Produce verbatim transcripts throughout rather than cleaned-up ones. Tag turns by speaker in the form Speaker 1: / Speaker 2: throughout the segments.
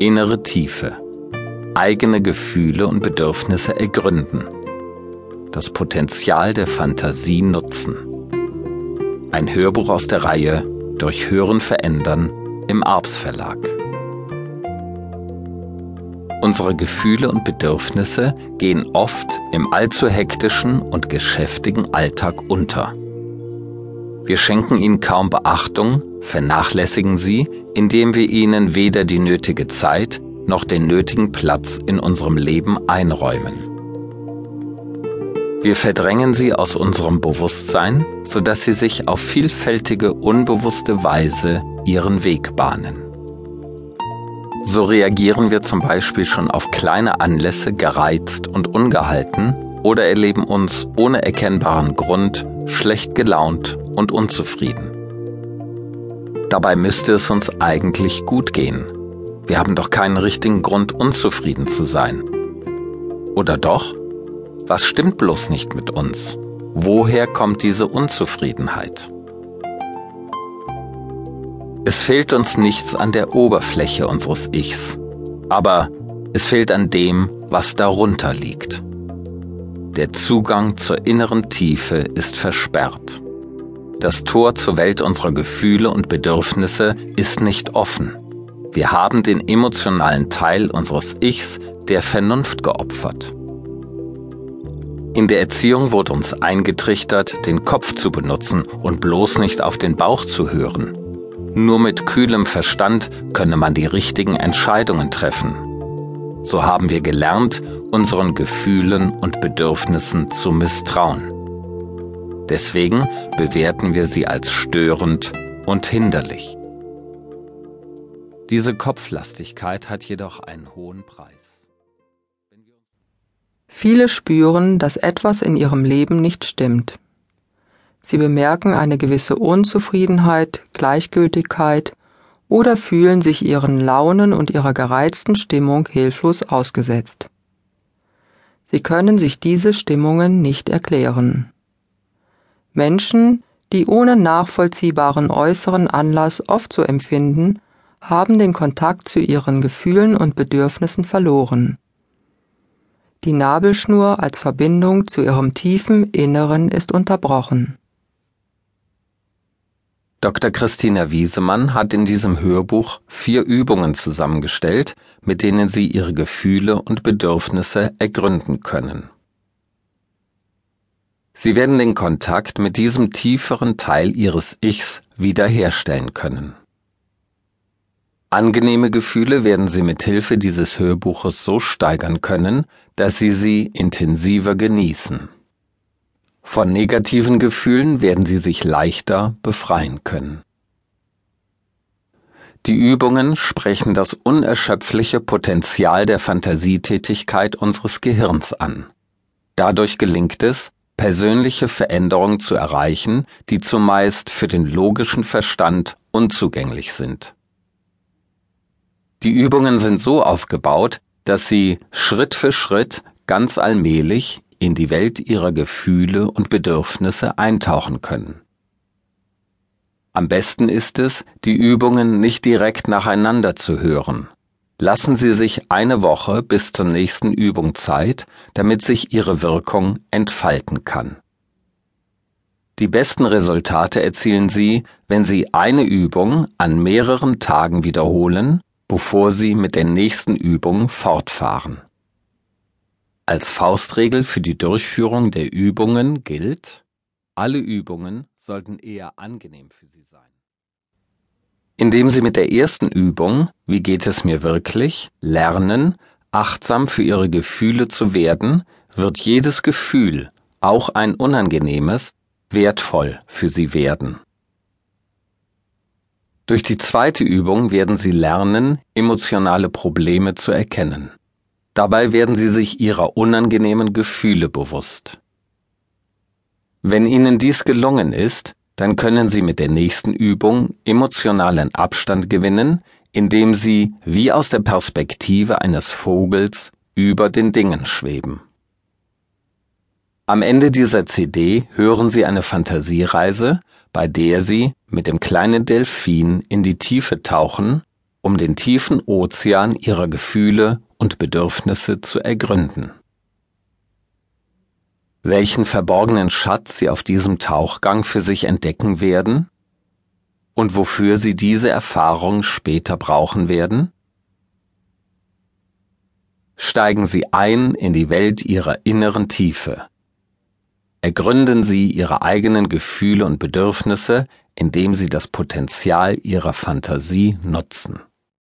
Speaker 1: innere Tiefe, eigene Gefühle und Bedürfnisse ergründen, das Potenzial der Fantasie nutzen. Ein Hörbuch aus der Reihe Durch Hören verändern im Arps Verlag. Unsere Gefühle und Bedürfnisse gehen oft im allzu hektischen und geschäftigen Alltag unter. Wir schenken ihnen kaum Beachtung, vernachlässigen sie, indem wir ihnen weder die nötige Zeit noch den nötigen Platz in unserem Leben einräumen. Wir verdrängen sie aus unserem Bewusstsein, sodass sie sich auf vielfältige, unbewusste Weise ihren Weg bahnen. So reagieren wir zum Beispiel schon auf kleine Anlässe gereizt und ungehalten oder erleben uns ohne erkennbaren Grund schlecht gelaunt und unzufrieden. Dabei müsste es uns eigentlich gut gehen. Wir haben doch keinen richtigen Grund, unzufrieden zu sein. Oder doch? Was stimmt bloß nicht mit uns? Woher kommt diese Unzufriedenheit? Es fehlt uns nichts an der Oberfläche unseres Ichs, aber es fehlt an dem, was darunter liegt. Der Zugang zur inneren Tiefe ist versperrt. Das Tor zur Welt unserer Gefühle und Bedürfnisse ist nicht offen. Wir haben den emotionalen Teil unseres Ichs der Vernunft geopfert. In der Erziehung wurde uns eingetrichtert, den Kopf zu benutzen und bloß nicht auf den Bauch zu hören. Nur mit kühlem Verstand könne man die richtigen Entscheidungen treffen. So haben wir gelernt, unseren Gefühlen und Bedürfnissen zu misstrauen. Deswegen bewerten wir sie als störend und hinderlich. Diese Kopflastigkeit hat jedoch einen hohen Preis.
Speaker 2: Viele spüren, dass etwas in ihrem Leben nicht stimmt. Sie bemerken eine gewisse Unzufriedenheit, Gleichgültigkeit oder fühlen sich ihren Launen und ihrer gereizten Stimmung hilflos ausgesetzt. Sie können sich diese Stimmungen nicht erklären. Menschen, die ohne nachvollziehbaren äußeren Anlass oft so empfinden, haben den Kontakt zu ihren Gefühlen und Bedürfnissen verloren. Die Nabelschnur als Verbindung zu ihrem tiefen Inneren ist unterbrochen.
Speaker 1: Doktor Christina Wiesemann hat in diesem Hörbuch vier Übungen zusammengestellt, mit denen Sie Ihre Gefühle und Bedürfnisse ergründen können. Sie werden den Kontakt mit diesem tieferen Teil Ihres Ichs wiederherstellen können. Angenehme Gefühle werden Sie mit Hilfe dieses Hörbuches so steigern können, dass Sie sie intensiver genießen. Von negativen Gefühlen werden Sie sich leichter befreien können. Die Übungen sprechen das unerschöpfliche Potenzial der Fantasietätigkeit unseres Gehirns an. Dadurch gelingt es, persönliche Veränderungen zu erreichen, die zumeist für den logischen Verstand unzugänglich sind. Die Übungen sind so aufgebaut, dass Sie Schritt für Schritt ganz allmählich in die Welt Ihrer Gefühle und Bedürfnisse eintauchen können. Am besten ist es, die Übungen nicht direkt nacheinander zu hören. Lassen Sie sich eine Woche bis zur nächsten Übung Zeit, damit sich ihre Wirkung entfalten kann. Die besten Resultate erzielen Sie, wenn Sie eine Übung an mehreren Tagen wiederholen, bevor Sie mit der nächsten Übung fortfahren. Als Faustregel für die Durchführung der Übungen gilt: Alle Übungen sollten eher angenehm für Sie sein. Indem Sie mit der ersten Übung, wie geht es mir wirklich, lernen, achtsam für Ihre Gefühle zu werden, wird jedes Gefühl, auch ein unangenehmes, wertvoll für Sie werden. Durch die zweite Übung werden Sie lernen, emotionale Probleme zu erkennen. Dabei werden Sie sich Ihrer unangenehmen Gefühle bewusst. Wenn Ihnen dies gelungen ist, dann können Sie mit der nächsten Übung emotionalen Abstand gewinnen, indem Sie wie aus der Perspektive eines Vogels über den Dingen schweben. Am Ende dieser C D hören Sie eine Fantasiereise, bei der Sie mit dem kleinen Delphin in die Tiefe tauchen um den tiefen Ozean ihrer Gefühle und Bedürfnisse zu ergründen. Welchen verborgenen Schatz sie auf diesem Tauchgang für sich entdecken werden und wofür sie diese Erfahrung später brauchen werden? Steigen Sie ein in die Welt Ihrer inneren Tiefe. Ergründen Sie Ihre eigenen Gefühle und Bedürfnisse, indem Sie das Potenzial Ihrer Fantasie nutzen.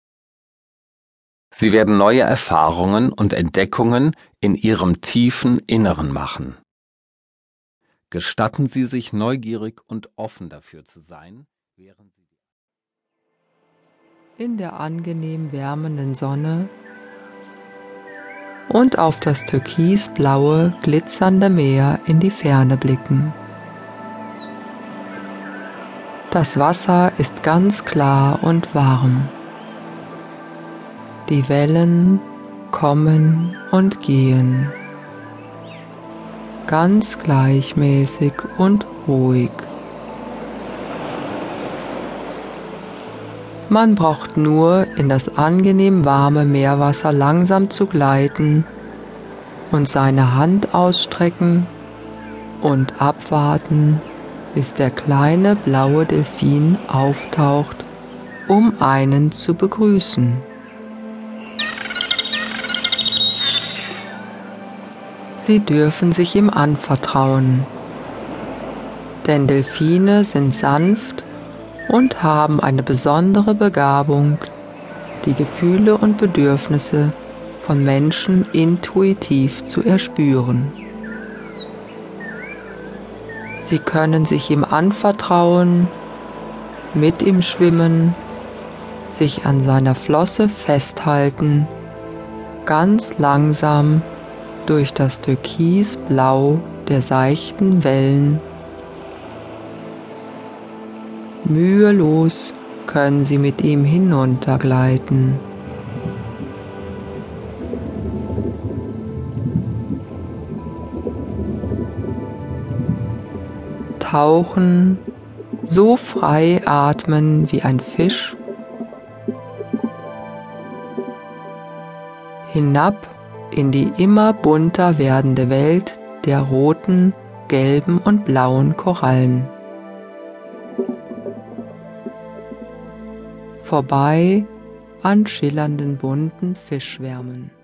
Speaker 1: Sie werden neue Erfahrungen und Entdeckungen in Ihrem tiefen Inneren machen. Gestatten Sie sich neugierig und offen dafür zu sein, während Sie
Speaker 2: in der angenehm wärmenden Sonne und auf das türkisblaue, glitzernde Meer in die Ferne blicken. Das Wasser ist ganz klar und warm. Die Wellen kommen und gehen, ganz gleichmäßig und ruhig. Man braucht nur in das angenehm warme Meerwasser langsam zu gleiten und seine Hand ausstrecken und abwarten, bis der kleine blaue Delfin auftaucht, um einen zu begrüßen. Sie dürfen sich ihm anvertrauen, denn Delfine sind sanft und haben eine besondere Begabung, die Gefühle und Bedürfnisse von Menschen intuitiv zu erspüren. Sie können sich ihm anvertrauen, mit ihm schwimmen, sich an seiner Flosse festhalten, ganz langsam durch das Türkisblau der seichten Wellen. Mühelos können Sie mit ihm hinuntergleiten. Tauchen, so frei atmen wie ein Fisch, hinab in die immer bunter werdende Welt der roten, gelben und blauen Korallen. Vorbei an schillernden bunten Fischschwärmen.